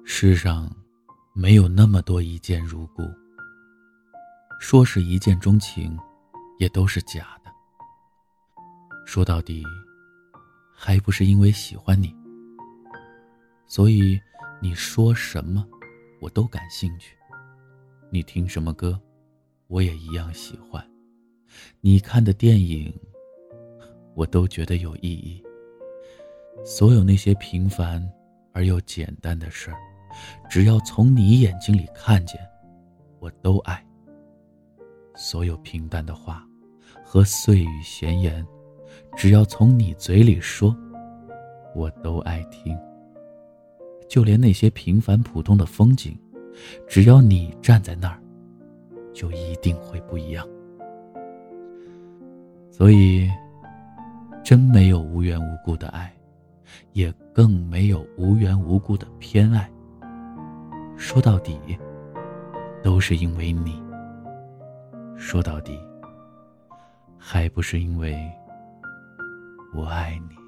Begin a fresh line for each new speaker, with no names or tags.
世上没有那么多一见如故，说是一见钟情，也都是假的。说到底，还不是因为喜欢你，所以你说什么我都感兴趣，你听什么歌我也一样喜欢，你看的电影我都觉得有意义。所有那些平凡而又简单的事儿，只要从你眼睛里看见，我都爱。所有平淡的话和碎语闲言，只要从你嘴里说，我都爱听。就连那些平凡普通的风景，只要你站在那儿，就一定会不一样。所以，真没有无缘无故的爱，也更没有无缘无故的偏爱。说到底，都是因为你。说到底，还不是因为我爱你。